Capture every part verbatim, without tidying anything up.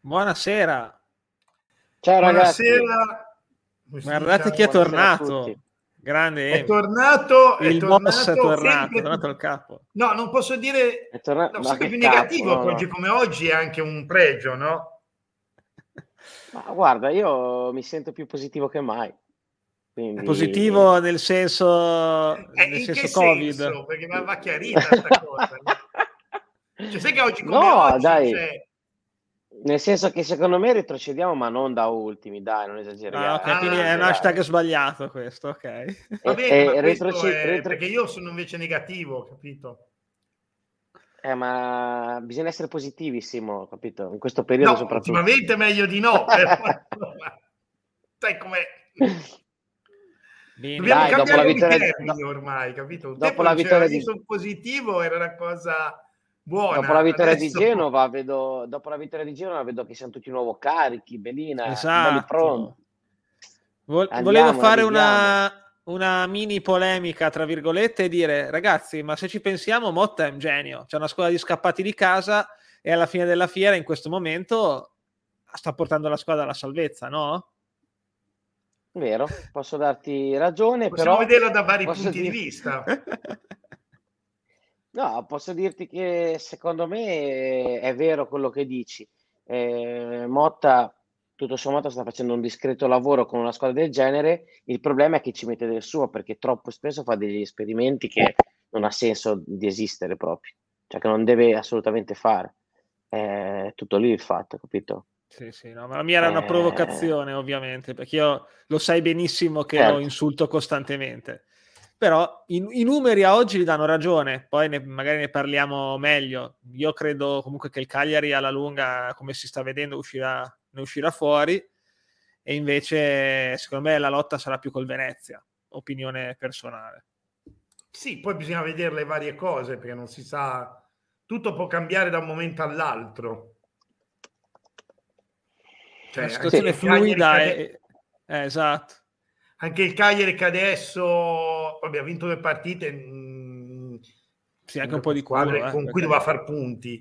Buonasera. Ciao ragazzi. Buonasera. Guardate chi è tornato. Grande È Emi. tornato, è Il tornato, boss è tornato, sempre... è tornato al capo. No, non posso dire... È torna... no, Ma sempre che più capo, negativo, no, oggi no. come oggi è anche un pregio, no? Ma guarda, io mi sento più positivo che mai. Quindi... Positivo nel senso, Eh, nel in senso che Covid. senso? Perché va, va chiarita sta cosa. No? Cioè, sai che oggi come No, oggi... dai. Cioè... Nel senso che secondo me retrocediamo, ma non da ultimi, dai, non esageriamo. Ah, ok, Ah, quindi è un hashtag sbagliato questo, ok. Va bene, E- ma e questo retroci- è retro- perché io sono invece negativo, capito? Eh, ma bisogna essere positivi, Simo, capito? In questo periodo No, soprattutto. ultimamente è meglio di no, però insomma, sai com'è? Bene. Dobbiamo Dai, dopo cambiare la i vittoria- termini do- ormai, capito? Un dopo tempo la diceva, vittoria io di- sono positivo, era una cosa buona. Dopo la vittoria di Adesso... Genova, vedo, dopo la vittoria di Genova vedo che siamo tutti nuovo carichi, Belina, belli Esatto. pronti. Vol- Andiamo, volevo fare navighiamo. una, una mini polemica, tra virgolette, e dire, ragazzi, ma se ci pensiamo, Motta è un genio. C'è una squadra di scappati di casa e alla fine della fiera, in questo momento, sta portando la squadra alla salvezza, no? Vero, posso darti ragione, Possiamo però vederlo da vari posso punti dir- di vista. No, posso dirti che secondo me è vero quello che dici. Eh, Motta, tutto sommato, sta facendo un discreto lavoro con una squadra del genere. Il problema è che ci mette del suo, perché troppo spesso fa degli esperimenti che non ha senso di esistere proprio, cioè che non deve assolutamente fare. È tutto lì il fatto, capito? Sì, sì, no, ma la mia era una Eh, provocazione, ovviamente, perché io lo sai benissimo che certo. lo insulto costantemente. Però i, i numeri a oggi gli danno ragione, poi ne, magari ne parliamo meglio. Io credo comunque che il Cagliari alla lunga, come si sta vedendo, uscirà, ne uscirà fuori, e invece secondo me la lotta sarà più col Venezia, opinione personale. Sì, poi bisogna vedere le varie cose, perché non si sa, tutto può cambiare da un momento all'altro. Cioè, La situazione è anche il Cagliari fluida, che e, eh, esatto. Anche il Cagliari che adesso vabbè, ha vinto due partite, mh, Sì, anche un po' di squadre culo, eh, con cui perché... doveva far punti,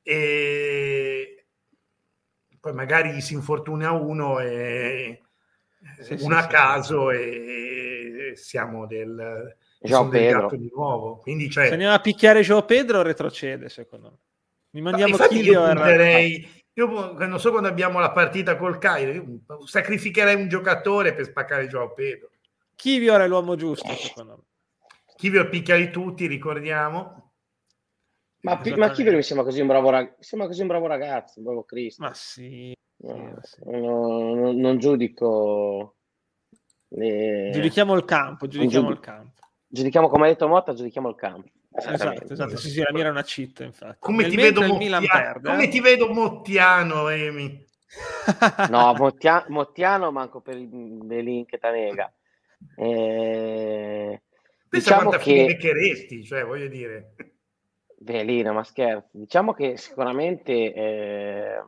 e poi magari si infortuna uno e Sì, uno sì, a sì, caso, e siamo del, João sono del Pedro. gatto di nuovo. Quindi, cioè, Se andiamo a picchiare João Pedro, retrocede, secondo me. Mi mandiamo infatti io Chivio e... punterei, io non so, quando abbiamo la partita col Cagliari, io sacrificherei un giocatore per spaccare João Pedro. Chivio era l'uomo giusto, secondo me. Chivio picchia di tutti, ricordiamo. Ma, ma Chivio mi sembra così un bravo, rag... sembra così un bravo ragazzo, un bravo Cristo. Ma sì, no, sì. No, non, non giudico. Le... Giudichiamo il campo, giudichiamo giudi... il campo. Giudichiamo, come ha detto Motta, giudichiamo il campo. Esatto, esatto. Sì, sì, la mia era una cheat, infatti. Come Nel ti vedo il Mottia... Milan perde, come eh? ti vedo Mottiano, Emi? No, Mottia... Mottiano manco per il Belin che tanega. Eh... Pensa Diciamo quanta fine che beccheresti, cioè, voglio dire. Belina, ma scherzo. Diciamo che sicuramente eh...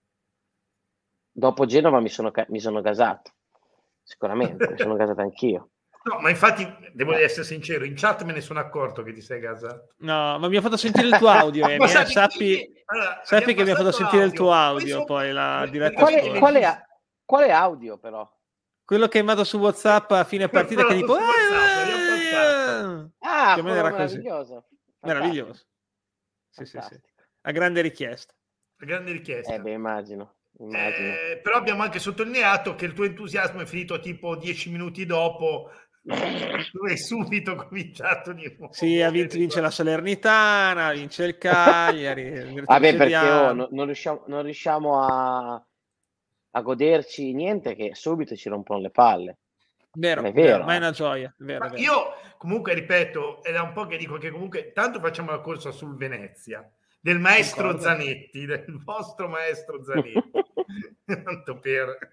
dopo Genova mi sono, mi sono gasato. Sicuramente, mi sono gasato anch'io. No, ma infatti, devo essere sincero, in chat me ne sono accorto che ti sei gasato. No, ma mi ha fatto sentire il tuo audio, Emi, eh? Sappi, allora, sappi che mi ha fatto sentire audio. il tuo audio, poi, poi la diretta quale, quale, quale audio, però? Quello che hai mandato su WhatsApp a fine partita, che tipo... WhatsApp, ah, più o meno era meraviglioso. così. Meraviglioso. Sì, sì, sì. A grande richiesta. A grande richiesta. Eh beh, immagino. immagino. Eh, però abbiamo anche sottolineato che il tuo entusiasmo è finito tipo dieci minuti dopo. Tu hai subito cominciato di nuovo. Sì, ha vinto, vince la Salernitana, vince il Cagliari. Vabbè, perché oh, no, non riusciamo, non riusciamo a, a goderci niente, che subito ci rompono le palle. Vero, è vero, ma è eh. una gioia. Vero, ma vero. Io comunque ripeto, è da un po' che dico che comunque tanto facciamo la corsa sul Venezia, del maestro Concordo. Zanetti, del vostro maestro Zanetti. Tanto per...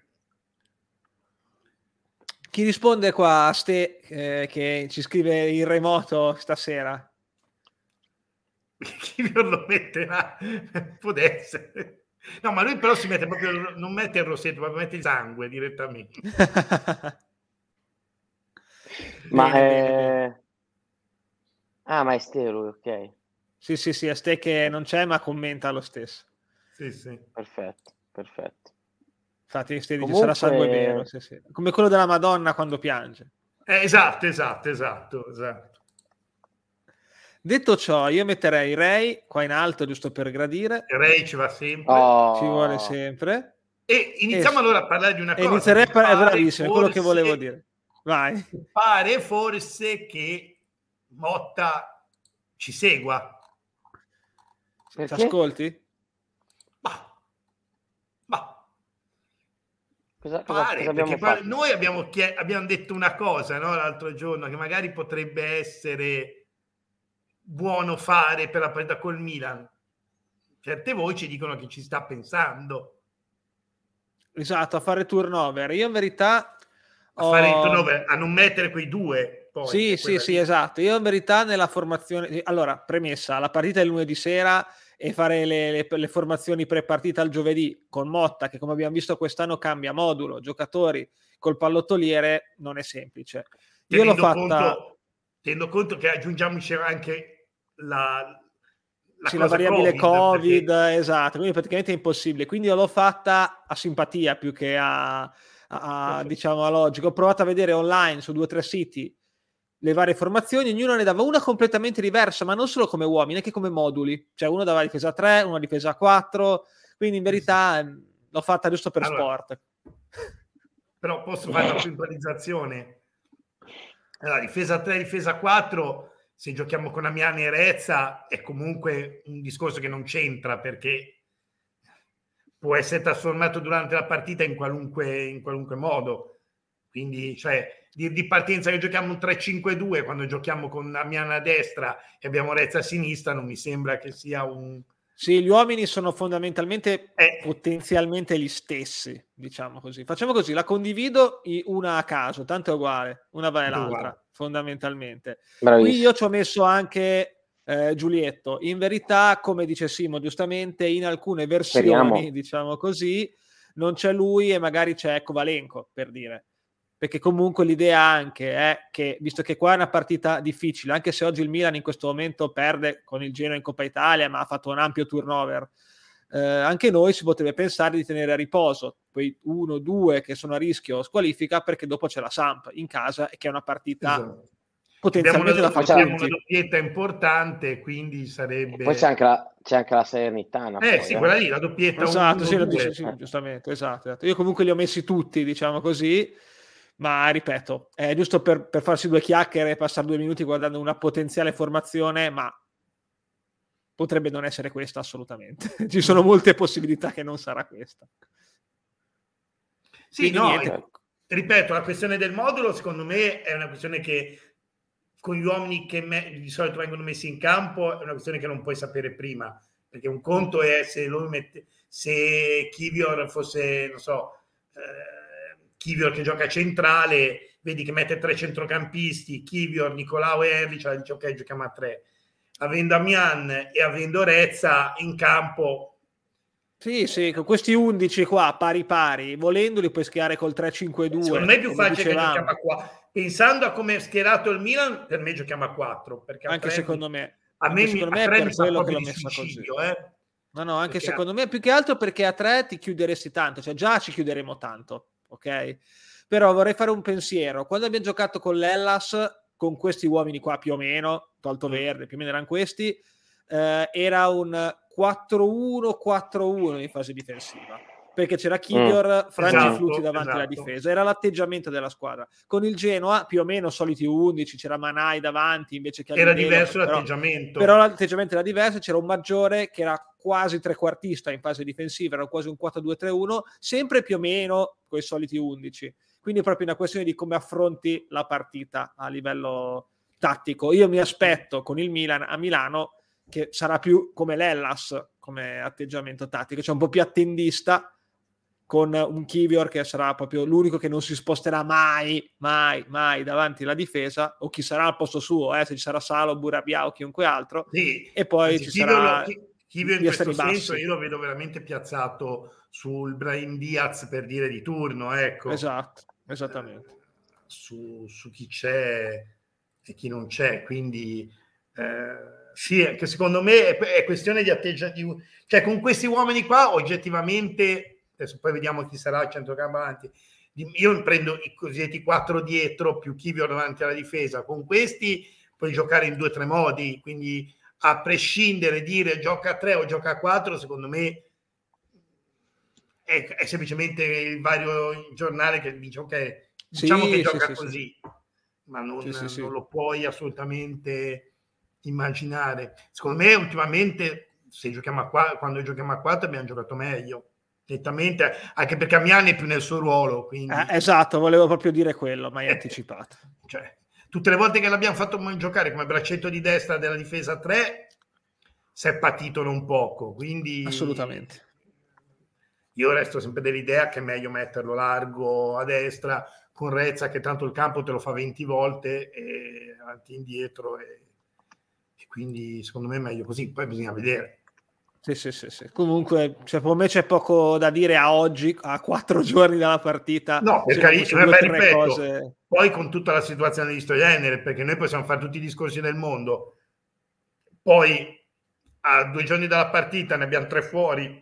Chi risponde qua a Ste eh, che ci scrive in remoto stasera? Chi lo metterà? Può essere. No, ma lui però si mette proprio, non mette il rossetto, ma mette il sangue direttamente. ma bene, è... bene, bene. Ah, ma è Ste lui, ok. Sì, sì, sì, a Ste che non c'è, ma commenta lo stesso. Sì, sì. Perfetto. perfetto. Infatti Stedi Comunque... sarà sangue vero, sì, sì. Come quello della Madonna quando piange. Eh, esatto, esatto, esatto, esatto. Detto ciò, io metterei Ray qua in alto giusto per gradire. Ray ci va sempre. Oh. Ci vuole sempre. E iniziamo e, allora a parlare di una e cosa. Inizierei a parlare, bravissimo, è quello che forse, volevo dire. Vai. Pare forse che Motta ci segua. Perché? Ci ascolti? Ma, ma cosa, pare, cosa, cosa perché fatto? noi abbiamo, chied- abbiamo detto una cosa, no, l'altro giorno, che magari potrebbe essere buono fare per la partita col Milan. Certe voci dicono che ci sta pensando. Esatto, a fare turnover. Io in verità a ho... fare il turnover, a non mettere quei due. Poi, sì, sì, sì, esatto. Io in verità nella formazione... Allora, premessa, la partita è il lunedì sera e fare le, le, le formazioni pre-partita il giovedì con Motta, che come abbiamo visto quest'anno cambia modulo, giocatori col pallottoliere, non è semplice. Io tenendo l'ho fatta... Conto, tenendo conto che aggiungiamo anche la... La, sì, la variabile Covid, COVID perché... esatto, quindi praticamente è impossibile. Quindi io l'ho fatta a simpatia più che a, a, a diciamo a logica. Ho provato a vedere online su due o tre siti le varie formazioni, ognuno ne dava una completamente diversa, ma non solo come uomini, anche come moduli. Cioè uno dava difesa tre, uno difesa quattro, quindi in verità sì. L'ho fatta giusto per allora, sport. Però posso fare una puntualizzazione. Allora, difesa tre, difesa quattro... se giochiamo con Amiani e Rezza è comunque un discorso che non c'entra, perché può essere trasformato durante la partita in qualunque, in qualunque modo. Quindi, cioè, di, di partenza che giochiamo un tre cinque due quando giochiamo con Amiani a destra e abbiamo Rezza a sinistra, non mi sembra che sia un... Sì, gli uomini sono fondamentalmente eh. potenzialmente gli stessi, diciamo così. Facciamo così, la condivido una a caso, tanto è uguale, una vale l'altra, uguale. Fondamentalmente. Bravissimo. Qui io ci ho messo anche eh, Giulietto. In verità, come dice Simo giustamente, in alcune versioni, Speriamo. diciamo così, non c'è lui e magari c'è Kovalenko, per dire. Perché comunque l'idea anche è che, visto che qua è una partita difficile, anche se oggi il Milan in questo momento perde con il Genoa in Coppa Italia, ma ha fatto un ampio turnover, eh, anche noi si potrebbe pensare di tenere a riposo quei uno due che sono a rischio squalifica, perché dopo c'è la Samp in casa e che è una partita esatto. potenzialmente abbiamo da fare abbiamo una doppietta importante, quindi sarebbe... E poi c'è anche la, c'è anche la Salernitana. Eh poi, sì, eh. quella lì, la doppietta esatto, uno, sì, due. Sì, sì, giustamente, esatto, esatto. Io comunque li ho messi tutti, diciamo così. Ma ripeto, è giusto per, per farsi due chiacchiere e passare due minuti guardando una potenziale formazione, ma potrebbe non essere questa assolutamente. Ci sono molte possibilità che non sarà questa. Sì, Quindi, no, niente. Ripeto, la questione del modulo secondo me è una questione che con gli uomini che me, di solito vengono messi in campo è una questione che non puoi sapere prima, perché un conto è se lui mette, se Kivior fosse, non so, eh, Kivior che gioca centrale, vedi che mette tre centrocampisti, Kivior, Nicolao e Erlich, cioè dice ok, giochiamo a tre. Avendo Amian e avendo Rezza in campo... Sì, sì, con questi undici qua, pari pari, volendoli puoi schierare col tre cinque due. Secondo me è più facile che giochiamo a quattro. Pensando a come è schierato il Milan, per me giochiamo a quattro. Perché anche a tre, secondo me. A me, secondo a me tre è per quello che l'ho di messa suicidio, così. Eh? No, no, anche perché secondo me, più che altro perché a tre ti chiuderesti tanto, cioè già ci chiuderemo tanto, ok? Però vorrei fare un pensiero. Quando abbiamo giocato con l'Hellas, con questi uomini qua più o meno, tolto Verde, più o meno erano questi, eh, era un quattro uno quattro uno in fase difensiva, perché c'era Kivior, mm. Franci esatto, Flutti davanti alla esatto. difesa, era l'atteggiamento della squadra. Con il Genoa più o meno soliti undici, c'era Manai davanti invece che era Alidelo, diverso però, l'atteggiamento però l'atteggiamento era diverso, c'era un Maggiore che era quasi trequartista in fase difensiva, era quasi un quattro due tre uno, sempre più o meno con i soliti undici. Quindi è proprio una questione di come affronti la partita a livello tattico. Io mi aspetto con il Milan a Milano che sarà più come l'Hellas come atteggiamento tattico, cioè un po' più attendista, con un Kivior che sarà proprio l'unico che non si sposterà mai, mai, mai davanti alla difesa, o chi sarà al posto suo, eh, se ci sarà Salo, Burabia o chiunque altro, sì, e poi anzi, ci Kivior sarà lo, Kivior in questo senso io lo vedo veramente piazzato sul Brahim Diaz, per dire, di turno, ecco. Esatto, esattamente. Eh, su, su chi c'è e chi non c'è, quindi eh, sì, che secondo me è, è questione di atteggiamento, cioè con questi uomini qua oggettivamente adesso poi vediamo chi sarà il centrocampo avanti, io prendo i cosiddetti quattro dietro più Kiwior davanti alla difesa, con questi puoi giocare in due o tre modi, quindi a prescindere dire gioca a tre o gioca a quattro, secondo me è, è semplicemente il vario giornale che dice ok, diciamo sì, che gioca sì, così, sì. ma non, Sì, sì, sì. non lo puoi assolutamente immaginare. Secondo me ultimamente se giochiamo a quattro, quando giochiamo a quattro abbiamo giocato meglio, nettamente, anche perché Milan è più nel suo ruolo, quindi... eh, esatto, volevo proprio dire quello, ma hai anticipato. Cioè, tutte le volte che l'abbiamo fatto giocare come braccetto di destra della difesa tre si è patito non poco, quindi assolutamente io resto sempre dell'idea che è meglio metterlo largo a destra con Rezza, che tanto il campo te lo fa venti volte e avanti e indietro, e, e quindi secondo me è meglio così, poi bisogna vedere. Sì, sì, sì, sì. Comunque, cioè, per me c'è poco da dire a oggi, a quattro giorni dalla partita. No, per carità, due, tre ripeto, cose... poi con tutta la situazione di sto genere, perché noi possiamo fare tutti i discorsi del mondo, poi a due giorni dalla partita ne abbiamo tre fuori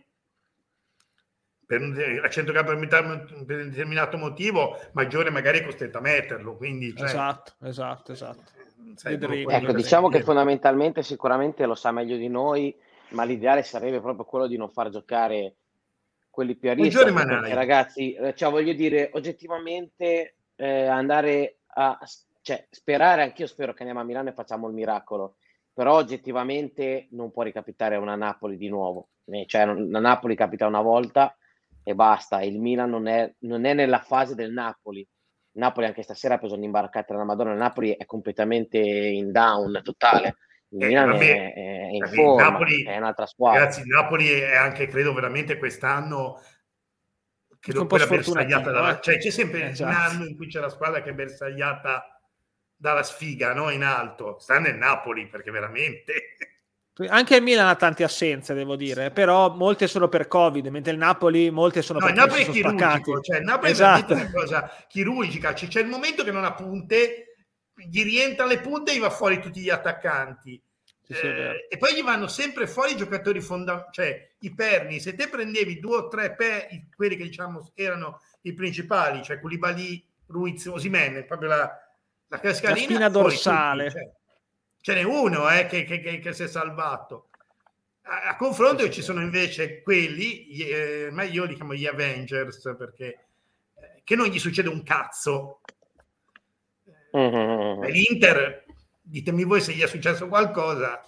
per un, a centrocampo per un determinato motivo, Maggiore magari è costretto a metterlo, quindi cioè, esatto, esatto, esatto. Ecco, diciamo che fondamentalmente sicuramente lo sa meglio di noi, ma l'ideale sarebbe proprio quello di non far giocare quelli più a rischio, perché ragazzi, cioè voglio dire, oggettivamente eh, andare a cioè, sperare, anch'io spero che andiamo a Milano e facciamo il miracolo, però oggettivamente non può ricapitare una Napoli di nuovo, cioè la Napoli capita una volta e basta, il Milan non è, non è nella fase del Napoli. Il Napoli anche stasera ha preso un'imbarcata della Madonna, il Napoli è completamente in down totale, il eh, Milan vabbè, è, è in vabbè, forma, Napoli, è un'altra squadra. Ragazzi, il Napoli è anche, credo veramente quest'anno, credo quella bersagliata dalla, eh. Cioè c'è sempre esatto. Un anno in cui c'è la squadra che è bersagliata dalla sfiga, no? In alto, sta nel Napoli, perché veramente... Anche il Milan ha tante assenze, devo dire, però molte sono per Covid, mentre il Napoli molte sono no, per il Napoli sono è chirurgico, spaccati. Cioè il Napoli esatto. è una cosa chirurgica, c'è il momento che non ha punte, gli rientra le punte e gli va fuori tutti gli attaccanti. Sì, sì, eh, e poi gli vanno sempre fuori i giocatori fondamentali, cioè i perni. Se te prendevi due o tre per quelli che diciamo erano i principali, cioè Koulibaly, Ruiz, Osimhen, proprio la, la cascalina, la spina dorsale. Cioè, ce n'è uno eh, che, che, che, che si è salvato. A, a confronto sì, sì, ci sono invece quelli, eh, ma io li chiamo gli Avengers, perché eh, che non gli succede un cazzo. Mm-hmm. Eh, L'Inter, ditemi voi se gli è successo qualcosa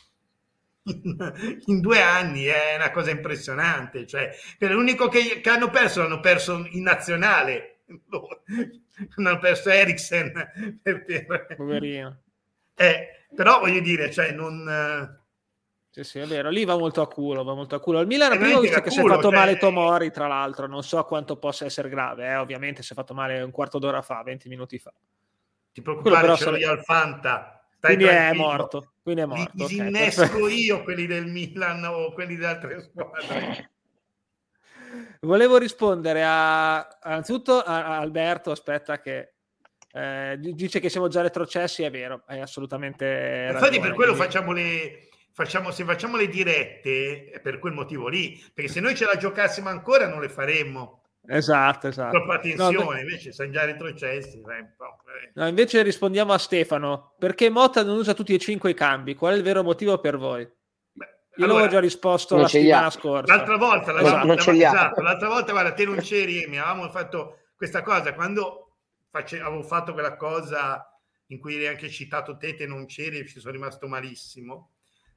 in, in due anni, è una cosa impressionante. Cioè, l'unico che, che hanno perso l'hanno perso in nazionale, hanno perso Eriksen per, per... poverino. Eh, però voglio dire, cioè non... Sì, sì, è vero, lì va molto a culo, va molto a culo. Il Milan eh, prima ho visto che culo, si è fatto cioè... male Tomori, tra l'altro, non so quanto possa essere grave, eh, ovviamente si è fatto male un quarto d'ora fa, venti minuti fa. Ti preoccupare, ce l'ho io al Fanta. Stai quindi tranquillo. è morto, quindi è morto. Li okay, disinnesco perfetto. io quelli del Milan o quelli delle altre squadre. Volevo rispondere a, anzitutto a, a Alberto, aspetta che eh, dice che siamo già retrocessi, è vero, è assolutamente infatti ragione, per quello quindi... facciamo le facciamo se facciamo le dirette è per quel motivo lì, perché se noi ce la giocassimo ancora non le faremmo. Esatto, esatto. Troppa tensione, no, invece siamo già retrocessi. Eh, no, invece rispondiamo a Stefano, perché Motta non usa tutti e cinque i cambi? Qual è il vero motivo per voi? Beh, io allora, l'avevo già risposto la settimana scorsa. L'altra volta, non, non l'avevamo, esatto, l'altra volta, guarda, te non c'eri e mi avevamo fatto questa cosa, quando face, avevo fatto quella cosa in cui eri anche citato te, te non c'eri e ci sono rimasto malissimo.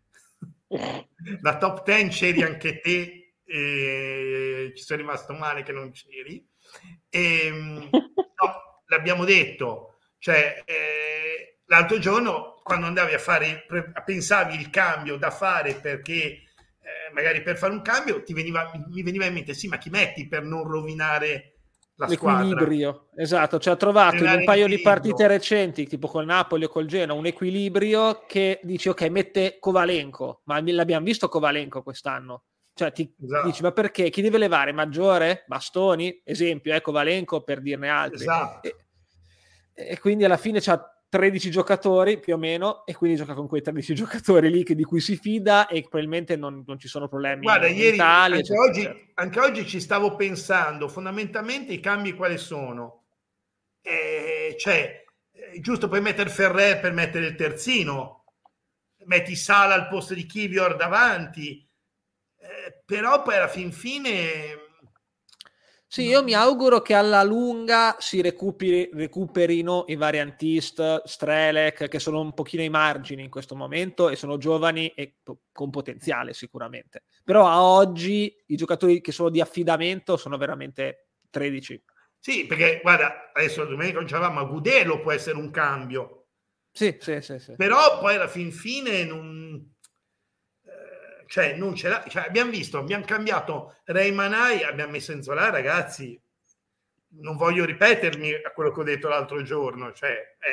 La top dieci c'eri anche te e ci sono rimasto male che non c'eri. E, no, l'abbiamo detto, cioè eh, l'altro giorno quando andavi a fare, pensavi il cambio da fare perché eh, magari per fare un cambio ti veniva, mi veniva in mente, sì, ma chi metti per non rovinare la l'equilibrio, squadra? Esatto, cioè ha trovato in un paio di partite recenti, tipo col Napoli o col Genoa, un equilibrio che dici ok, mette Kovalenko, ma l'abbiamo visto Kovalenko quest'anno. Cioè ti esatto. dici, ma perché? Chi deve levare? Maggiore? Bastoni? Esempio, eh, Kovalenko per dirne altri. Esatto. E, e quindi alla fine c'ha tredici giocatori più o meno, e quindi gioca con quei tredici giocatori lì che, di cui si fida, e probabilmente non, non ci sono problemi Guarda, ieri, mentali, anche eccetera, oggi, eccetera. anche oggi ci stavo pensando, fondamentalmente i cambi quali sono? Eh, cioè, è giusto poi mettere Ferrer per mettere il terzino, metti Sala al posto di Kivior davanti, eh, però poi alla fin fine... Sì, io mi auguro che alla lunga si recuperi, recuperino i variantist, Strelec, che sono un pochino ai margini in questo momento e sono giovani e po- con potenziale sicuramente. Però a oggi i giocatori che sono di affidamento sono veramente tredici. Sì, perché guarda, adesso domenica dicevamo, ma Gudelo può essere un cambio. Sì, sì, sì, sì. Però poi alla fin fine non... Cioè, non ce l'ha, cioè, abbiamo visto, abbiamo cambiato Reimanai, abbiamo messo in Zola, ragazzi, non voglio ripetermi a quello che ho detto l'altro giorno, cioè,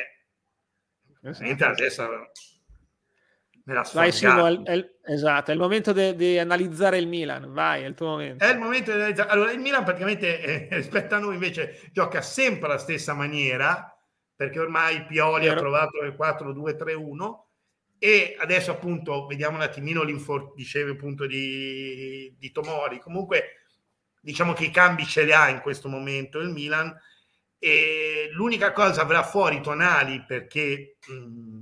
eh, Esatto. adesso me la Vai Simo, è, è, esatto, è il momento di analizzare il Milan, vai, è il tuo momento. È il momento di analizzare, allora il Milan praticamente eh, rispetto a noi invece gioca sempre alla stessa maniera, perché ormai Pioli Vero. ha trovato il quattro due tre uno, e adesso appunto vediamo un attimino l'infortunio, dicevi appunto di, di Tomori, comunque diciamo che i cambi ce li ha in questo momento il Milan, e l'unica cosa avrà fuori Tonali perché mh,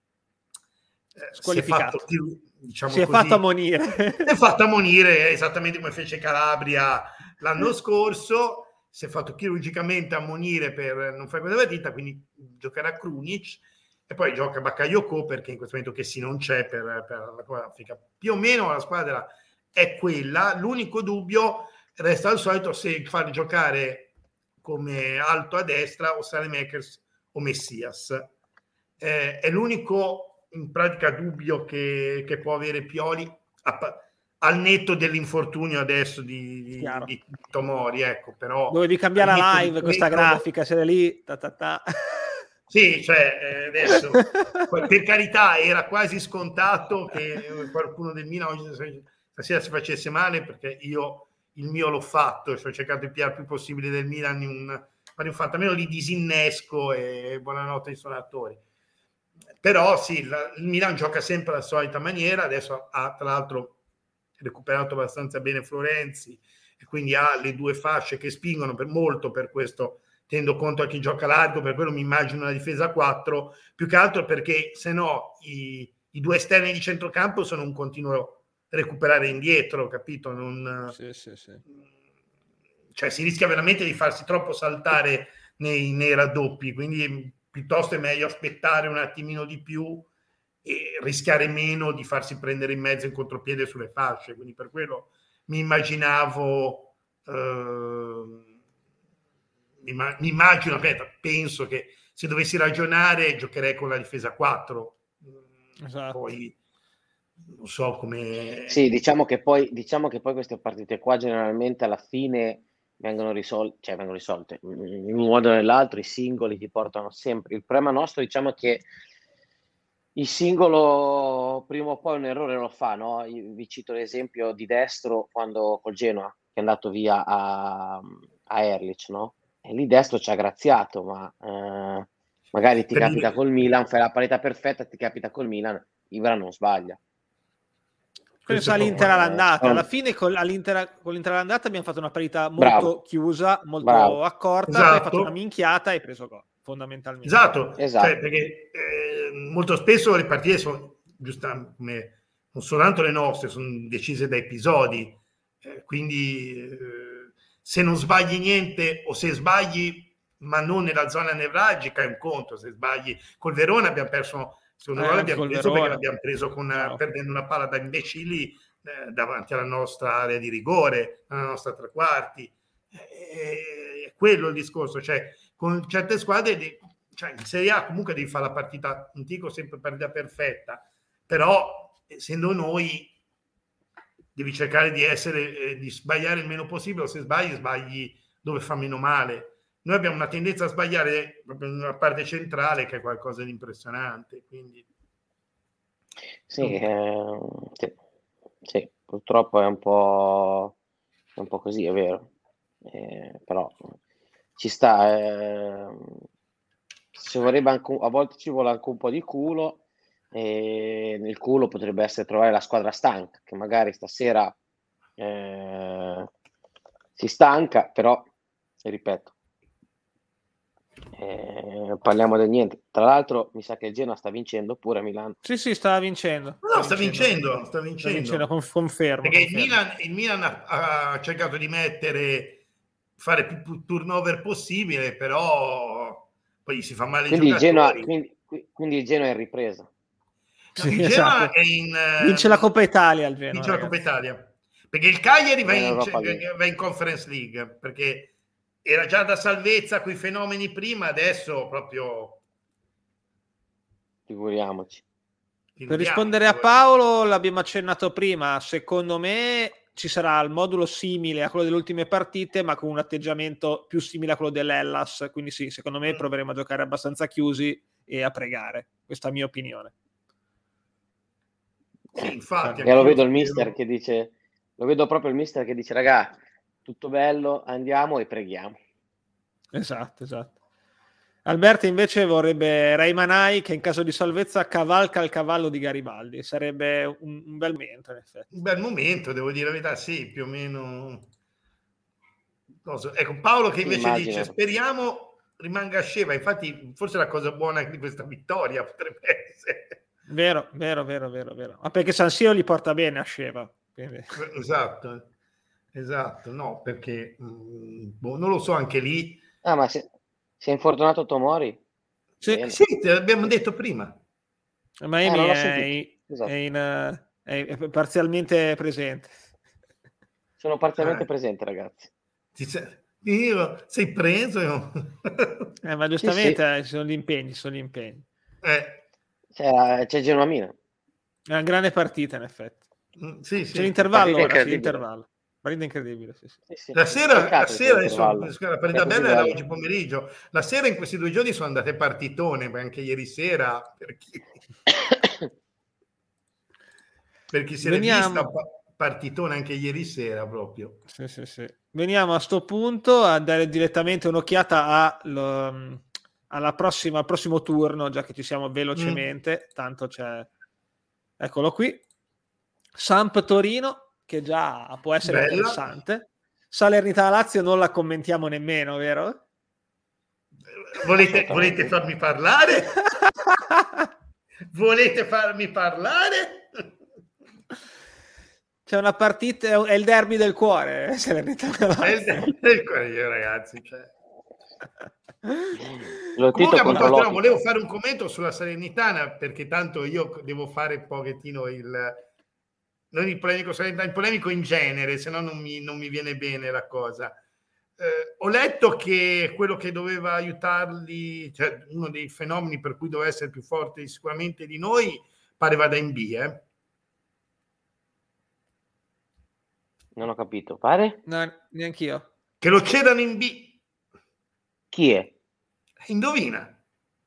si è fatto più, diciamo si è così, fatto ammonire si è fatto ammonire esattamente come fece Calabria l'anno scorso, si è fatto chirurgicamente ammonire per non fare quella partita, quindi giocherà Krunic. E poi gioca Bakayoko perché in questo momento che sì non c'è per, per la Coppa d'Africa. Più o meno la squadra è quella, l'unico dubbio resta al solito se far giocare come alto a destra o Saelemaekers o Messias. Eh, è l'unico in pratica dubbio che, che può avere Pioli a, al netto dell'infortunio adesso di, di, di Tomori, ecco, però dovevi cambiare la live questa quello... grafica, sei lì ta ta ta. Sì, cioè eh, adesso per carità era quasi scontato che qualcuno del Milan oggi stasera si facesse male, perché io il mio l'ho fatto, cioè ho cercato di pigliare il più possibile del Milan in un, un fatto almeno li disinnesco e buonanotte ai suonatori. Però sì, la, il Milan gioca sempre alla solita maniera, adesso ha tra l'altro recuperato abbastanza bene Florenzi e quindi ha le due fasce che spingono per molto per questo, tenendo conto a chi gioca largo, per quello mi immagino una difesa a quattro, più che altro perché se no i, i due esterni di centrocampo sono un continuo recuperare indietro, capito? Non, sì, sì, sì. Cioè si rischia veramente di farsi troppo saltare nei, nei raddoppi, quindi piuttosto è meglio aspettare un attimino di più e rischiare meno di farsi prendere in mezzo in contropiede sulle fasce, quindi per quello mi immaginavo eh, mi immagino, penso che se dovessi ragionare giocherei con la difesa quattro, esatto. Poi non so come... Sì, diciamo che poi, diciamo che poi queste partite qua generalmente alla fine vengono risolte, cioè vengono risolte in un modo o nell'altro, i singoli ti portano sempre. Il problema nostro, diciamo che il singolo prima o poi un errore lo fa, no? Io vi cito l'esempio di Destro quando col Genoa, che è andato via a, a Erlich, no? E lì Destro ci ha graziato, ma eh, magari ti per capita il... col Milan, fai la parità perfetta, ti capita col Milan, Ibra non sbaglia. Penso all'Inter all'andata, alla fine con l'Inter, con l'Inter all'andata abbiamo fatto una parità molto Bravo. chiusa, molto Bravo. accorta, esatto. Hai fatto una minchiata e hai preso gol, fondamentalmente. Esatto, esatto. Cioè, perché eh, molto spesso le partite sono giusto, come, non soltanto le nostre, sono decise da episodi, eh, quindi eh, se non sbagli niente o se sbagli ma non nella zona nevralgica è un conto, se sbagli col Verona abbiamo perso, secondo me eh, l'abbiamo preso Verona. Perché l'abbiamo preso con una, no. perdendo una palla da imbecilli eh, davanti alla nostra area di rigore, alla nostra tre quarti, eh, è quello il discorso, cioè con certe squadre di, cioè in Serie A comunque devi fare la partita, non dico sempre partita perfetta, però essendo noi devi cercare di essere eh, di sbagliare il meno possibile, o se sbagli sbagli dove fa meno male. Noi abbiamo una tendenza a sbagliare proprio nella parte centrale, che è qualcosa di impressionante, quindi sì, eh, sì, sì, purtroppo è un po' è un po' così, è vero, eh, però ci sta, eh, ci vorrebbe anche, a volte ci vuole anche un po' di culo, e nel culo potrebbe essere trovare la squadra stanca, che magari stasera eh, si stanca, però, ripeto, eh, parliamo del niente. Tra l'altro mi sa che il Genoa sta vincendo pure a Milano. Sì, sì, sta vincendo. No, sta, sta vincendo, sta vincendo. Sta vincendo, confermo. Perché confermo. Il, Milan, il Milan ha, ha cercato di mettere, fare più, più turnover possibile, però poi si fa male Quindi i il Genoa, giocatori. quindi, quindi il Genoa è in ripresa. No, Sì, il Genoa esatto. è in... Vince la Coppa Italia il Genoa. Vince la ragazzi. Coppa Italia. Perché il Cagliari va in in, Europa League. va in Conference League, perché era già da salvezza quei fenomeni prima, adesso proprio... Figuriamoci. Per rispondere a Paolo, l'abbiamo accennato prima, secondo me ci sarà il modulo simile a quello delle ultime partite, ma con un atteggiamento più simile a quello dell'Hellas, quindi sì, secondo me proveremo a giocare abbastanza chiusi e a pregare, questa è la mia opinione. Sì, infatti. E lo vedo il mister che dice, lo vedo proprio il mister che dice, ragà, tutto bello, andiamo e preghiamo. Esatto, esatto. Alberto invece vorrebbe Reimanai che in caso di salvezza cavalca il cavallo di Garibaldi, sarebbe un, un bel momento in effetti. Un bel momento, devo dire la verità, sì, più o meno. Non so. Ecco, Paolo che invece immagino. dice speriamo rimanga a Sceva, infatti forse la cosa buona di questa vittoria potrebbe essere. Vero, vero, vero, vero, vero. Ma perché San Siro li porta bene a Sceva. Quindi... Esatto, esatto, no, perché mh, boh, non lo so, anche lì. Ah, ma si, si è infortunato Tomori? Sì, sì, te l'abbiamo detto prima. Miami eh, è, esatto. è, in, è parzialmente presente. Sono parzialmente eh. presente, ragazzi. Io, sei preso? Io. Eh, ma giustamente sì, sì. Eh, ci sono gli impegni, sono gli impegni. Eh. C'è, c'è Genoa Milan. È una grande partita in effetti. Mm, sì, sì. C'è l'intervallo ora, sì, incredibile. l'intervallo. Partita incredibile, sì, sì. Sì, sì. La sera, la sera adesso, la partita bella era bello. oggi pomeriggio. La sera in questi due giorni sono andate partitone, ma anche ieri sera per chi, per chi se l'è vista partitone anche ieri sera proprio. Sì, sì, sì. Veniamo a sto punto a dare direttamente un'occhiata a, lo, alla prossima, al prossimo turno, già che ci siamo velocemente, mm. tanto c'è, eccolo qui, Samp Torino, che già può essere Bella. interessante. Salernitana Lazio non la commentiamo nemmeno, vero? Volete, volete farmi parlare? Volete farmi parlare? C'è una partita, è il derby del cuore, eh? Salernitana è il derby del cuore, io, ragazzi. Cioè. Lo Comunque, appunto, no, volevo fare un commento sulla Salernitana, perché tanto io devo fare un pochettino il... non il polemico Salernitana, il polemico in genere, se no non mi, non mi viene bene la cosa. Eh, ho letto che quello che doveva aiutarli, cioè uno dei fenomeni per cui doveva essere più forte sicuramente di noi, pare vada in B, eh? Non ho capito, pare? No, neanch'io. Che lo cedano in B. Chi è? Indovina.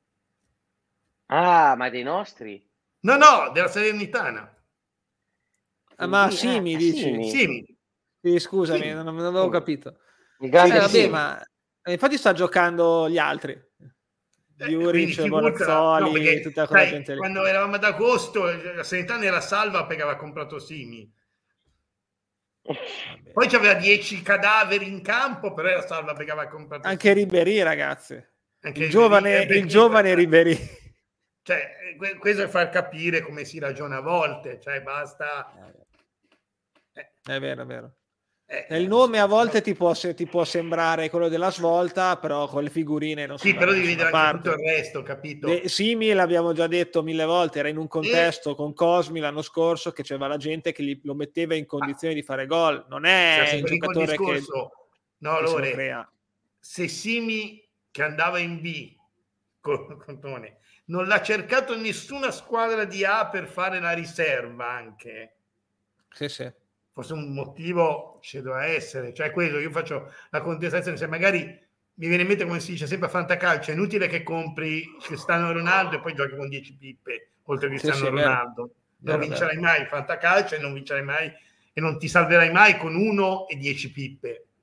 Ah, ma dei nostri? No, no, della Salernitana. Ah, ma Simi, ah, dici? Simi. Simi. Sì, scusami, Simi. non, non avevo Simi. capito. Il grande eh, vabbè, Simi. ma infatti sta giocando gli altri. Juric, eh, Bonazzoli, no, perché, tutta quella sai, gente lì. Quando eravamo ad agosto, la Salernitana era salva perché aveva comprato Simi. Vabbè. Poi c'aveva dieci cadaveri in campo, però era salva perché aveva comprato anche Ribéry, ragazzi. Anche il Ribéry, giovane, eh, il giovane Ribéry. Cioè, questo è far capire come si ragiona a volte, cioè basta... Eh. È vero, è vero. Eh, il nome a volte ti può, ti può sembrare quello della svolta, però con le figurine non si sì, va però da devi vedere parte. anche tutto il resto, capito? De, Simi l'abbiamo già detto mille volte, era in un contesto e... con Cosmi l'anno scorso che c'era la gente che gli, lo metteva in condizioni ah. di fare gol, non è il giocatore che, discorso, no, che allora, se lo crea. Se Simi che andava in B con, con Tone, non l'ha cercato nessuna squadra di A per fare la riserva anche. Sì, sì. Forse un motivo ci doveva essere, cioè quello, io faccio la contestazione, se magari mi viene in mente come si dice sempre a Fantacalcio, è inutile che compri Cristiano Ronaldo e poi giochi con dieci pippe oltre a Cristiano sì, sì, Ronaldo, vero. non vero, vincerai vero. mai Fantacalcio e non vincerai mai e non ti salverai mai con uno e dieci pippe.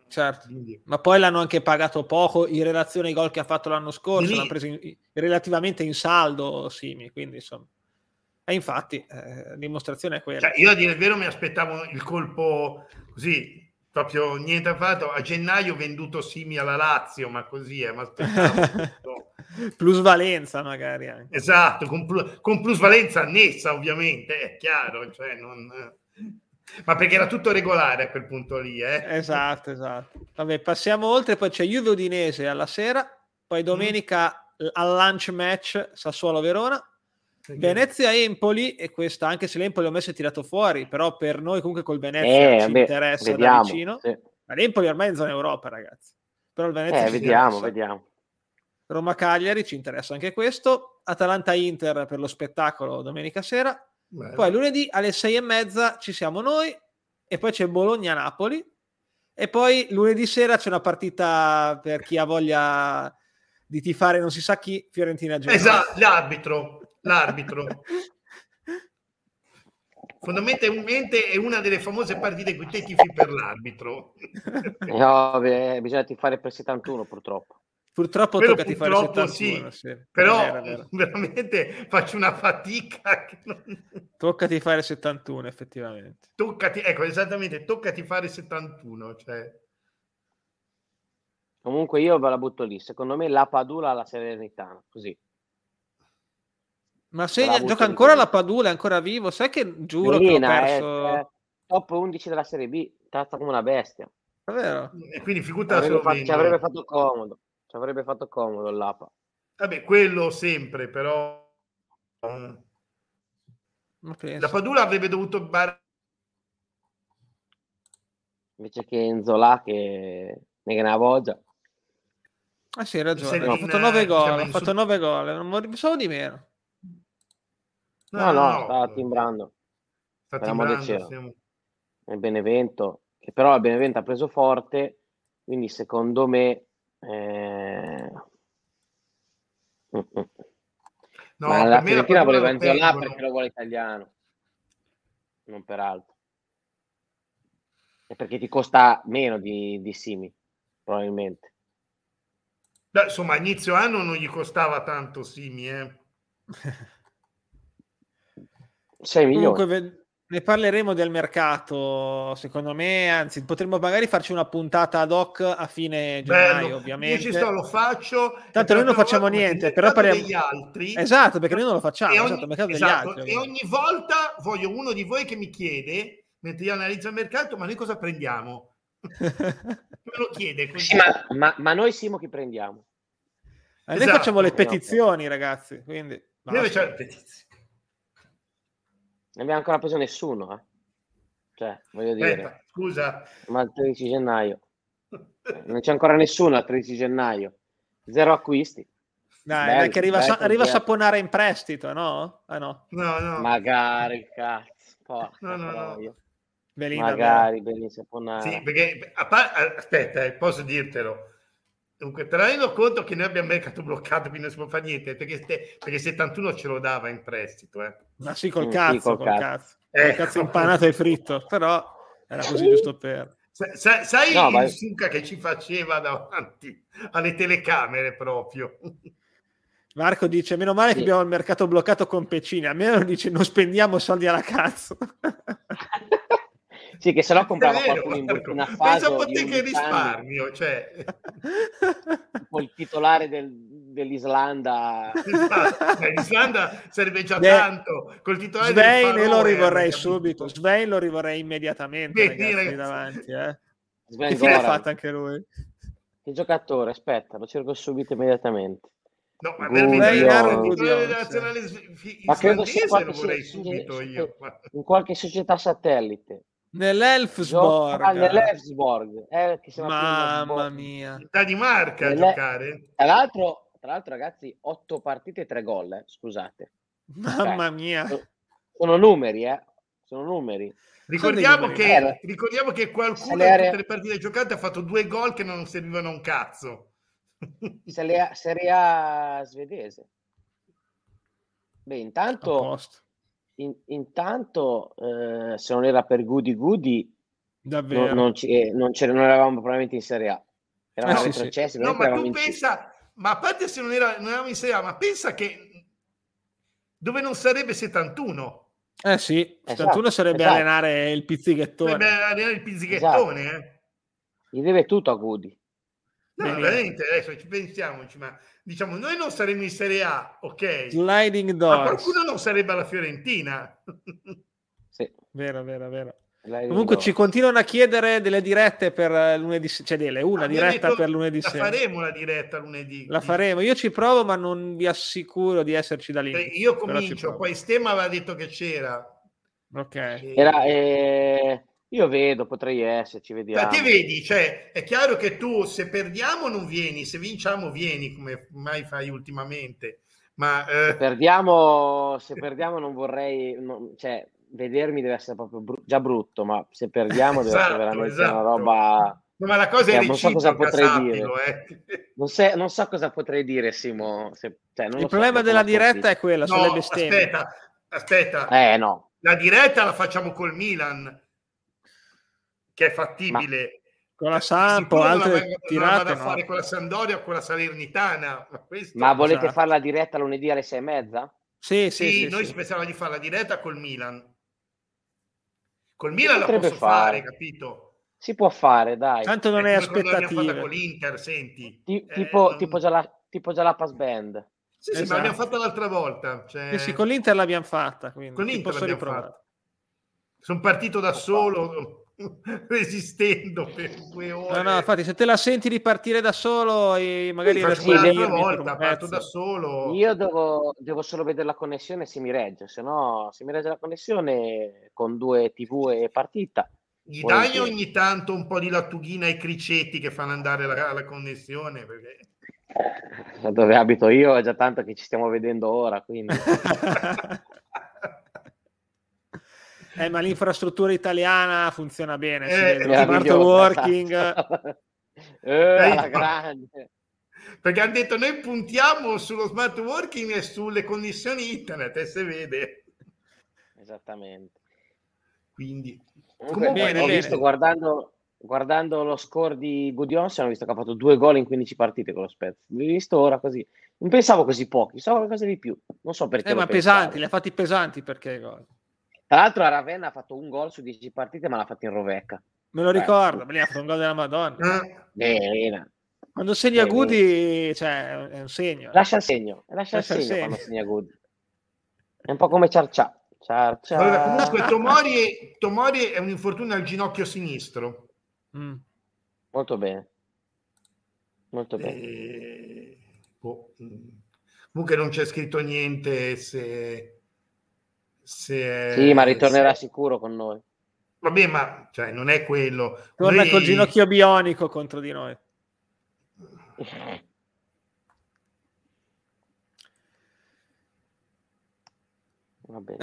Certo, quindi... ma poi l'hanno anche pagato poco in relazione ai gol che ha fatto l'anno scorso, Lì... l'hanno preso in, in, relativamente in saldo Simi, quindi insomma. E infatti, eh, dimostrazione è quella. Cioè, io a dire il vero mi aspettavo il colpo così, proprio niente affatto. A gennaio venduto Simi alla Lazio, ma così, eh, mi aspettavo. Plusvalenza magari anche. Esatto, con, pl- con plusvalenza annessa ovviamente, è chiaro, cioè non... ma perché era tutto regolare a quel punto lì. Eh? Esatto, esatto. Vabbè, passiamo oltre, poi c'è Juve Udinese alla sera, poi domenica mm. al lunch match Sassuolo-Verona. Okay. Venezia-Empoli, e questa anche se l'Empoli l'ho messo e tirato fuori, però per noi comunque col Venezia eh, ci beh, interessa vediamo, da vicino. Sì. Ma l'Empoli ormai è in zona Europa, ragazzi. Però il Venezia eh, ci vediamo, interessa. vediamo. Roma-Cagliari ci interessa anche questo. Atalanta-Inter per lo spettacolo domenica sera. Bello. Poi lunedì alle sei e mezza ci siamo noi, e poi c'è Bologna-Napoli, e poi lunedì sera c'è una partita per chi ha voglia di tifare non si sa chi, Fiorentina-Genoa. Esatto, l'arbitro, l'arbitro. Fondamentalmente è una delle famose partite in cui te tifi per l'arbitro. No, beh, bisogna tifare per settantuno purtroppo. Purtroppo Quello tocca tifare purtroppo settantuno, sì, sì. però è vero, è vero. veramente faccio una fatica che non... tocca tifare settantuno effettivamente. Toccati, ecco, esattamente, toccati fare settantuno, cioè. Comunque io ve la butto lì, secondo me la Padula alla Salernitana, così. Ma segna, gioca ancora la Padula, è ancora vivo, sai che giuro Melina, che ho perso... È, è top undici della Serie B, tratta come una bestia. È vero? E quindi ci avrebbe, fatto, ci avrebbe fatto comodo, ci avrebbe fatto comodo l'Apa. Vabbè, quello sempre, però... La Padula avrebbe dovuto... Bar... Invece che Enzola che ne una voglia. Ah sì, hai ragione, ha fatto nove gol, ha fatto nove gol, non pensavo di meno. No, no, no, no stava timbrando. Sta timbrando, siamo... nel Benevento, che però il Benevento ha preso forte, quindi secondo me... Eh... No, ma la Fiorentina voleva Enzola perché lo vuole italiano, non per altro. E perché ti costa meno di, di Simi, probabilmente. Beh, insomma, a inizio anno non gli costava tanto Simi, eh. sei milioni. Comunque ne parleremo del mercato, secondo me, anzi potremmo magari farci una puntata ad hoc a fine gennaio. Bello. Ovviamente io ci sto, lo faccio, tanto noi non facciamo niente, però parliamo degli altri. Esatto, perché noi non lo facciamo, e ogni, esatto, mercato esatto, degli altri, e ogni volta voglio uno di voi che mi chiede, mentre io analizzo il mercato, ma noi cosa prendiamo? Me lo chiede così. Sì, ma, ma, ma noi Simo chi prendiamo? Eh, esatto. Noi facciamo le petizioni, ragazzi, quindi noi facciamo le petizioni. Non abbiamo ancora preso nessuno, eh? Cioè, voglio dire, Aspetta, scusa, ma il tredici gennaio non c'è ancora nessuno al tredici gennaio, zero acquisti. Dai, bello, dai che arriva, sa- arriva a Saponara in prestito, no? Ah, no. No, no. Magari, cazzo. Porca no, no, no. Belina, magari, Belina Saponara. Sì, perché a par- aspetta, eh, posso dirtelo. Dunque, te rendo conto che noi abbiamo mercato bloccato, quindi non si può fare niente, perché, ste, perché settantuno ce lo dava in prestito. Eh. Ma sì, col cazzo, mm, sì, col, col cazzo. cazzo. Eh, col cazzo impanato e fritto, però era così giusto per... Sai, sai no, il ma... succa che ci faceva davanti alle telecamere proprio. Marco dice, meno male sì. che abbiamo il mercato bloccato con Pecini, almeno dice non spendiamo soldi alla cazzo. Sì, che se no comprava vero, qualcuno in Burkina Faso. Pensa a te che risparmio, cioè. Tipo il titolare del, dell'Islanda. Beh, l'Islanda sarebbe già Beh, tanto. Col titolare Svein del lo rivorrei subito. Svein lo rivorrei immediatamente, Beh, ragazzi, ragazzi. davanti. Eh. Che fine ha fatto anche lui? Che giocatore, aspetta, lo cerco subito immediatamente. No, ma veramente ma credo sia qualche, lo vorrei subito io. In qualche società satellite. Nell'Elfsborg. Ah, nell'Elfsborg. Eh, che Mamma mia. In Danimarca a giocare. Tra l'altro, tra l'altro, ragazzi, otto partite e tre gol, eh. Scusate. Mamma cioè, mia. Sono, sono numeri, eh. Sono numeri. Ricordiamo che, ricordiamo che qualcuno in tutte le partite giocate ha fatto due gol che non servivano a un cazzo. Serie A, Serie A svedese. Beh, intanto, in, intanto eh, se non era per Goody Goody, Davvero. Non, non, ci, eh, non, non eravamo probabilmente in Serie A. Eravamo eh, sì, retrocessi. Sì. No, ma tu pensa, ma a parte se non, era, non eravamo in Serie A, ma pensa che dove non sarebbe settantuno. Eh sì, esatto, settantuno sarebbe esatto. allenare il pizzighettone. Sarebbe allenare il pizzighettone, esatto. eh. Gli deve tutto a Goody. No, veramente, adesso ci pensiamoci, ma diciamo, noi non saremmo in Serie A, ok? Sliding doors. Ma qualcuno non sarebbe alla Fiorentina. Sì. Vero, vero, vero. Sliding Comunque doors. ci continuano a chiedere delle dirette per lunedì, cioè delle, una ah, diretta detto, per lunedì la sera. faremo la diretta lunedì. La faremo, io ci provo, ma non vi assicuro di esserci dall'inizio. Io comincio, poi Stemma aveva detto che c'era. Ok. E... Era, eh, io vedo, potrei esserci, vediamo. Ma te vedi, cioè, è chiaro che tu se perdiamo non vieni, se vinciamo vieni, come mai fai ultimamente. Ma, eh... se, perdiamo, se perdiamo non vorrei, non, cioè, vedermi deve essere proprio br- già brutto, ma se perdiamo deve esatto, essere veramente esatto. una roba... No, ma la cosa cioè, è non so cosa potrei sappilo, dire. Eh. Non, se, non so cosa potrei dire, Simo. Se, cioè, non Il lo problema so, della diretta è quella, no, sono le bestemmie. aspetta, aspetta. Eh, no. La diretta la facciamo col Milan, che è fattibile. Ma con la Sampo, altre tirate, non la vado a no. fare con la Sampdoria o con la Salernitana. Ma, questo... ma volete esatto. fare la diretta lunedì alle sei e mezza? Sì, sì, sì, sì noi sì. pensavamo di fare la diretta col Milan. Col Milan la potrebbe posso fare. fare, capito? Si può fare, dai. Tanto non è hai come quando l'abbiamo fatta aspettative. con l'Inter, senti. Ti, eh, tipo, non... tipo, già la, tipo già la Pass Band. Sì, sì, esatto. ma l'abbiamo fatta l'altra volta. Cioè... Sì, sì, con l'Inter l'abbiamo fatta, quindi con ci l'Inter posso l'abbiamo riprovare. fatta. Sono partito da Può solo, resistendo per due ore. No, no, infatti, se te la senti di partire da solo e magari sì, sì, un'altra volta, parto pezzo. da solo. Io devo, devo solo vedere la connessione se mi regge, se no, se mi regge la connessione con due tivù e partita. Gli dai ogni tanto un po' di lattughina ai cricetti che fanno andare la, la connessione? Perché... Eh, dove abito io è già tanto che ci stiamo vedendo ora, quindi... eh, ma l'infrastruttura italiana funziona bene, eh, si vede. Lo smart working. Esatto. eh, alla grande. Perché hanno detto noi puntiamo sullo smart working e sulle connessioni internet e si vede. Esattamente. Quindi... Comunque, Comunque, bene, ho bene. visto guardando, guardando lo score di Gudjohnsen, ho visto che ha fatto due gol in quindici partite con lo Spezia. L'ho visto ora così. Non pensavo così pochi, pensavo qualcosa di più. Non so perché. Eh, lo ma pensavo. pesanti, li ha fatti pesanti perché gol. Tra l'altro a Ravenna ha fatto un gol su dieci partite, ma l'ha fatto in rovecca. Me lo ricordo, eh, ma lì ha fatto un gol della Madonna. Bene. Quando segna Bene. Gudi, cioè, è un segno. Lascia il segno, lascia, lascia il segno, segno quando segna Gudi. È un po' come Ciarcià. Ciarcià. Allora, comunque Tomori, Tomori è un infortunio al ginocchio sinistro. Mm. Molto bene. Molto bene. E... Oh. Comunque non c'è scritto niente se... se sì, ma ritornerà se... sicuro con noi. Vabbè, ma cioè, non è quello. Torna noi... col ginocchio bionico contro di noi. Va bene.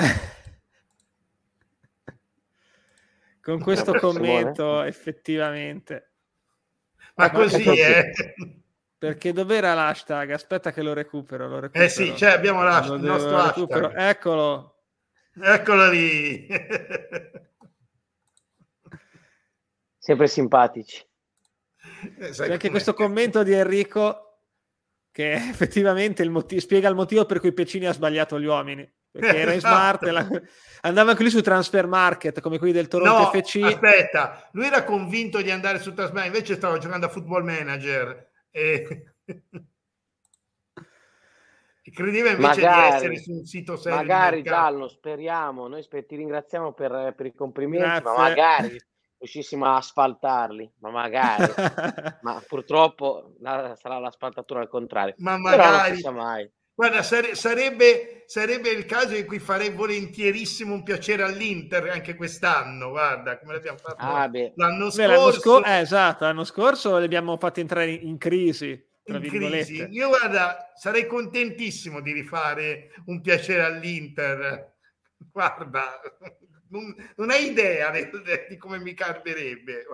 Con questo commento, Simone? Effettivamente. Ma, ma così, così, eh. Perché dov'era l'hashtag? Aspetta che lo recupero. Lo recupero. Eh sì, cioè abbiamo l'hashtag, il nostro hashtag. Eccolo. Eccolo lì. Sempre simpatici. Eh, C'è anche questo commento di Enrico che effettivamente il motivo, spiega il motivo per cui Pecini ha sbagliato gli uomini. Perché era in esatto. smart, la... andava anche lui su Transfer Market come quelli del Toronto no, F C. Aspetta, lui era convinto di andare su Transfer, invece stava giocando a Football Manager e credeva invece magari, di essere su un sito serio. Magari Giallo, speriamo. Noi sper- ti ringraziamo per, per i complimenti, Grazie. ma magari riuscissimo a asfaltarli. Ma magari, ma purtroppo la, sarà l'asfaltatura al contrario. Ma magari. Però non si sa mai. Guarda, sare- sarebbe, sarebbe il caso in cui farei volentierissimo un piacere all'Inter anche quest'anno, guarda, come l'abbiamo fatto ah, l'anno scorso. Beh, l'anno scor- eh, esatto, l'anno scorso li abbiamo fatti entrare in, in crisi, tra in virgolette. crisi. Io, guarda, sarei contentissimo di rifare un piacere all'Inter. Guarda, non, non hai idea di, di come mi carberebbe.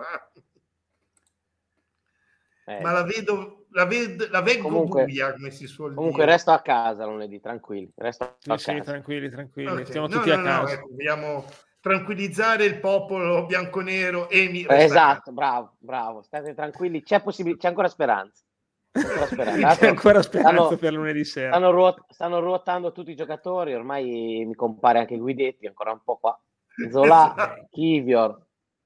Eh. Ma la vedo, la, ved, la vengo comunque, buia, come si suol comunque dire. resto a casa lunedì, tranquilli. Resto sì, a sì, casa. tranquilli, tranquilli. Okay. Stiamo no, tutti no, a casa. No, ecco, abbiamo, tranquillizzare il popolo bianconero e mi esatto, bravo, bravo, state tranquilli, c'è possibil- c'è ancora speranza. C'è ancora speranza, c'è ancora speranza stanno, per lunedì sera. Stanno, ruot- stanno ruotando tutti i giocatori, ormai mi compare anche Guidetti, ancora un po' qua. Zola, esatto. Kivior,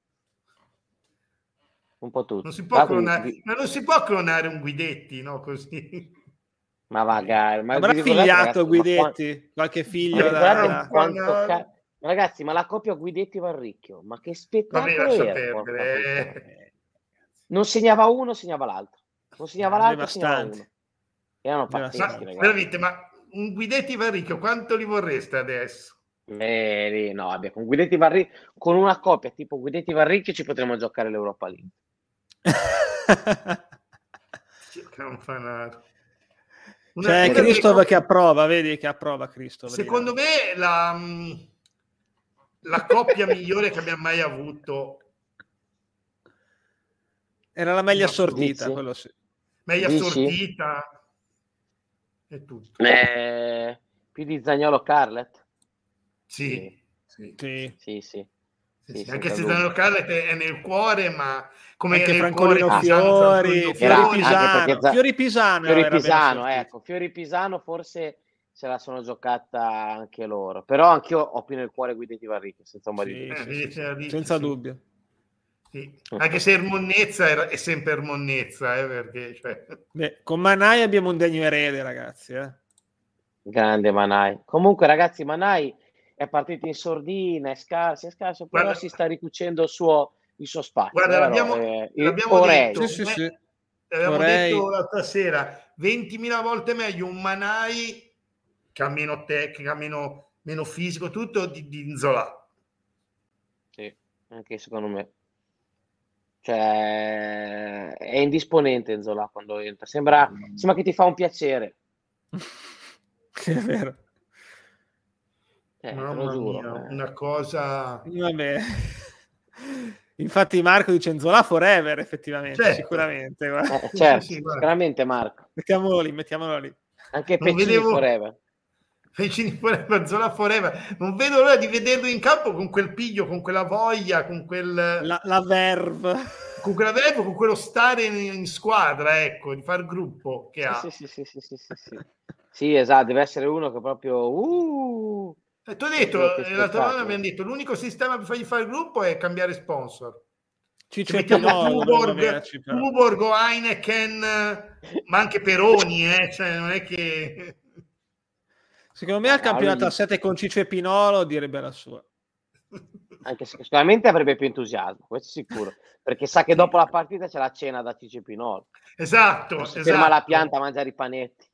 un po' tutti. Non si può clonare, di... ma non si può clonare un Guidetti, no? Così. Ma magari, ma avrà figliato ragazzi, Guidetti, quanto... qualche figlio da... quanto ca... Ragazzi, ma la coppia Guidetti-Varricchio, ma che spettacolo era! Non segnava uno, segnava l'altro. Non segnava l'altro, segnava uno. Erano pazzeschi, ma, ragazzi. Veramente, ma un Guidetti-Varricchio quanto li vorreste adesso? Eh, no, vabbè, con Guidetti-Varricchio, con una coppia tipo Guidetti-Varricchio ci potremmo giocare l'Europa League. Una, cioè Christoph delle... che approva, vedi che approva Christoph. Secondo me la, la coppia migliore che abbiamo mai avuto era la meglio assortita, quello sì. Meglio assortita e tutto. Eh, più di Zaniolo Carlet? Sì. Sì. Sì, sì. sì. Sì, sì, anche se Zaniolo Carlet è nel cuore, ma come anche nel Francolino cuore, Fiori, Pisano, Fiori Pisano, Z- Fiori Pisano, Fiori Pisano, ecco, Fiori Pisano forse se la sono giocata anche loro, però anch'io ho più nel cuore Guidetti Varricchio, senza un sì, sì, sì, sì, sì, senza sì. dubbio. Sì. Anche se Ermonnezza è, è sempre Ermonnezza, eh, perché, cioè... Beh, con Manai abbiamo un degno erede, ragazzi. Eh. Grande Manai. Comunque, ragazzi, Manai è partito in sordina, è scarso, è scarso, però guarda, si sta ricucendo il suo, il suo spazio. Guarda, l'abbiamo, eh, l'abbiamo detto, sì, sì, sì. l'abbiamo detto l'altra sera, ventimila volte meglio un Manai che ha meno tecnica, meno, meno fisico, tutto, di, di Nzola. Sì, anche secondo me. Cioè, è indisponente Nzola quando entra, sembra, sembra che ti fa un piacere. È vero. Eh, Mamma te lo giuro, mia, eh. una cosa... Vabbè. Infatti Marco dice Nzola forever, effettivamente, certo. sicuramente. Eh, certo, sì, sì, sicuramente Marco. Mettiamolo lì, mettiamolo lì. Anche Peccini vedevo... forever. Peccini forever, Zola forever. Non vedo l'ora di vederlo in campo con quel piglio, con quella voglia, con quel... La, la verve. Con quella verve, con quello stare in, in squadra, ecco, di far gruppo che sì, ha. Sì, sì, sì, sì, sì, sì, sì. Sì, esatto, deve essere uno che proprio... Uh, e tu hai detto, l'altra volta abbiamo detto, l'unico sistema per fargli fare il gruppo è cambiare sponsor. Ciccio e Pinolo, Tuborg, Tuborg o Heineken, ma anche Peroni, eh? Cioè, non è che... Secondo me al campionato a sette con Ciccio e Pinolo direbbe la sua. Anche se sicuramente avrebbe più entusiasmo, questo sicuro, perché sa che dopo la partita c'è la cena da Ciccio e Pinolo. Esatto, non si esatto. ferma la pianta a mangiare i panetti.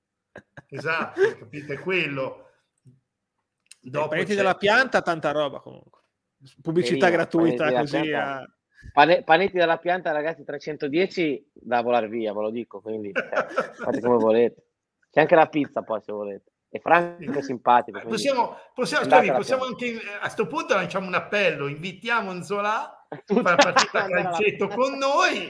Esatto, capite quello. Dopo I panetti c'è... della pianta, tanta roba comunque. Pubblicità Perino, gratuita così. Pianta, a... pane, panetti della pianta, ragazzi, trecentodieci da volare via, ve lo dico, quindi cioè, fate come volete. C'è anche la pizza poi se volete. E Franco è simpatico. Possiamo, possiamo, Story, possiamo anche a questo punto lanciamo un appello, invitiamo Nzola a fare la partita a calcetto con noi,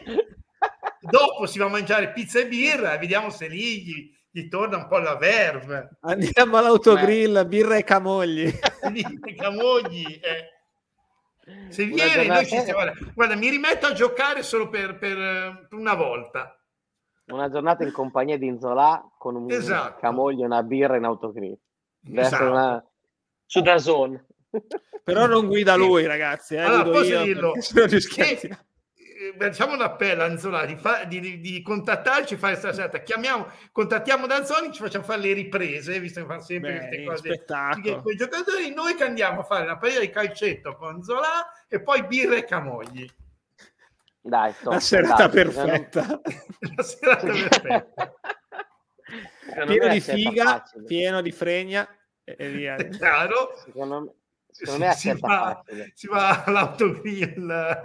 dopo si va a mangiare pizza e birra e vediamo se lì gli, gli torna un po' la verve. Andiamo all'autogrill, Beh. birra e camogli. Birra e camogli. Eh. Se una viene, noi ci stiamo, guarda, guarda, mi rimetto a giocare solo per, per, per una volta. Una giornata in compagnia di Nzola con un esatto. Camogli e una birra in autogrill. Esatto. Una... su D A Z N. Però non guida lui, ragazzi. Eh, allora, posso io, dirlo? Se facciamo un appello a Nzola di, fa, di, di, di contattarci, fare questa serata. Chiamiamo, contattiamo Danzoni, ci facciamo fare le riprese, visto che fanno sempre Beh, queste cose. Spettacolo. Quei giocatori, noi che andiamo a fare una partita di calcetto con Nzola e poi birra e camogli. Dai, stop, la serata dai, perfetta. Non... la serata perfetta. Pieno di figa, facile. Pieno di fregna e via. È chiaro. Secondo me, secondo me si, si, va, si va all'autogrill.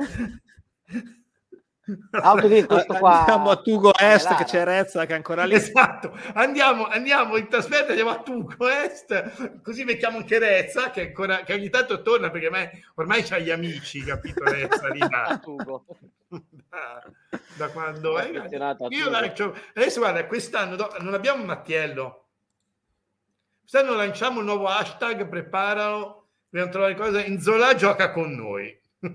Autogrill questo qua. Andiamo a Tugo Est, che c'è Rezza che è ancora lì. Esatto, andiamo, andiamo in trasferta, andiamo a Tugo Est, così mettiamo anche Rezza che, ancora, che ogni tanto torna perché me, ormai c'ha gli amici, capito Rezza lì da, da, da quando è. Io lancio, adesso guarda, quest'anno non abbiamo Mattiello. Quest'anno lanciamo un nuovo hashtag, preparalo, dobbiamo trovare cosa. Nzola gioca con noi.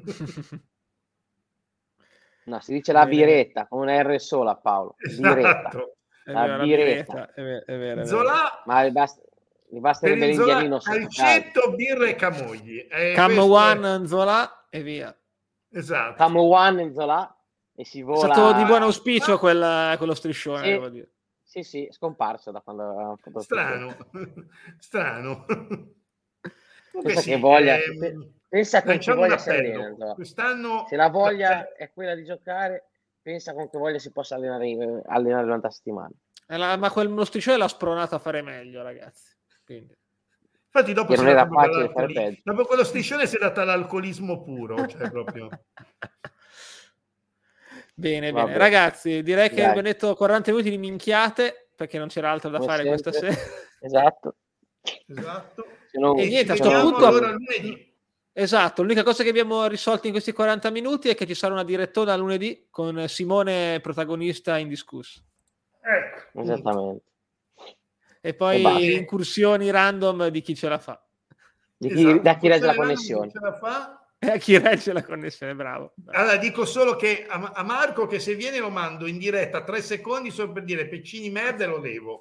No, si dice la biretta con una R sola, Paolo. Biretta. Esatto. La vero, biretta. È vero, è vero, è Zola, ma basta, mi basta per che l'indianino calcetto, birra e camogli. Eh, Cam one, è... Zola e via. Esatto. Cam one, Zola e si vola. È stato di buon auspicio quella, quello striscione, sì, devo dire. Sì, sì, è scomparso da quando aveva fatto strano, strano. Pensa sì, che voglia, ehm, pensa con che voglia si allena. Quest'anno, se la voglia è quella di giocare, pensa con che voglia si possa allenare, allenare durante la settimana. La, ma quel uno striscione l'ha spronato a fare meglio, ragazzi. Quindi. Infatti dopo, che non era facile fare peggio. Dopo quello striscione si è data l'alcolismo puro, cioè proprio. Bene, Vabbè. bene. Ragazzi, direi che Dai. abbiamo detto quaranta minuti di minchiate, perché non c'era altro da Come fare sempre. questa sera. Esatto. Esatto. Non... E niente, a sto vediamo punto... allora lunedì. Esatto, l'unica cosa che abbiamo risolto in questi quaranta minuti è che ci sarà una direttona lunedì con Simone protagonista indiscusso. Ecco. Esattamente. E poi e incursioni random di chi ce la fa. Di chi, esatto. Da chi regge la connessione. Ce la fa. E a chi regge la connessione, bravo. bravo. Allora dico solo che a, a Marco che se viene lo mando in diretta tre secondi solo per dire Peccini merda e lo levo.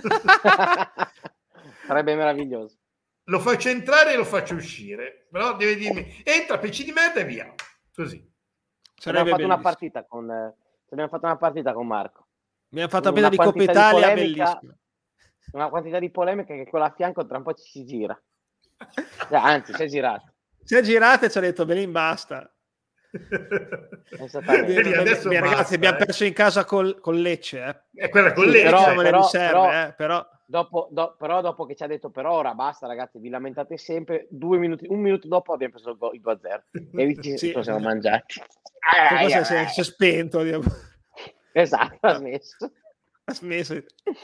Sarebbe meraviglioso. Lo faccio entrare e lo faccio uscire, però deve dirmi entra Peccini merda e via. Così. Abbiamo fatto una partita con eh, abbiamo fatto una partita con Marco. Abbiamo fatto una di Coppa Italia bellissima. Una quantità di polemica che quella a fianco tra un po' ci si gira. Anzi, si è girato. Si è girato e ci ha detto Belin basta. Esattamente. Bene, adesso bene, basta, ragazzi, abbiamo eh. perso in casa col, con Lecce. Eh. È quella con sì, Lecce. Però, le però, riserve, però, eh, però... Dopo, do, però dopo che ci ha detto per ora basta ragazzi, vi lamentate sempre, due minuti, un minuto dopo abbiamo preso il, go, il due a zero e vi ci sì. siamo mangiati. Che cosa si è, si è spento? Esatto, ha smesso. Ha smesso.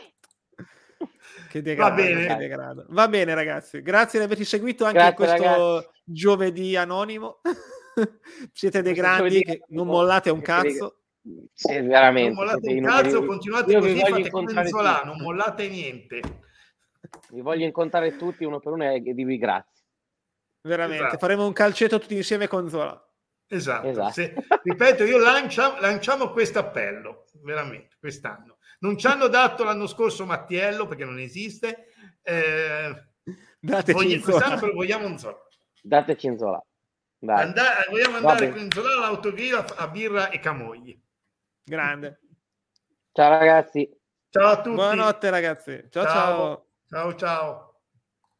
Che degrado, Va bene. che degrado. Va bene ragazzi, grazie di averci seguito anche Grazie, in questo ragazzi. giovedì anonimo. Siete dei Questo grandi che non mollate un cazzo. Sì, veramente. Non mollate un numeri... cazzo, continuate Io così, fate come Zola, tutti. non mollate niente. Vi voglio incontrare tutti uno per uno e dirvi grazie. Veramente, esatto. faremo un calcetto tutti insieme con Zola. Esatto. esatto. Se, ripeto, io lancia, lanciamo questo appello, veramente, quest'anno. Non ci hanno dato l'anno scorso Mattiello, perché non esiste. Eh, voglio, quest'anno però vogliamo un Zola. Dateci in Zola. Dai. Andare, vogliamo andare con Zola all'autogrill a, a birra e camogli. Grande. Ciao ragazzi. Ciao a tutti. Buonanotte ragazzi. Ciao ciao. Ciao ciao. ciao.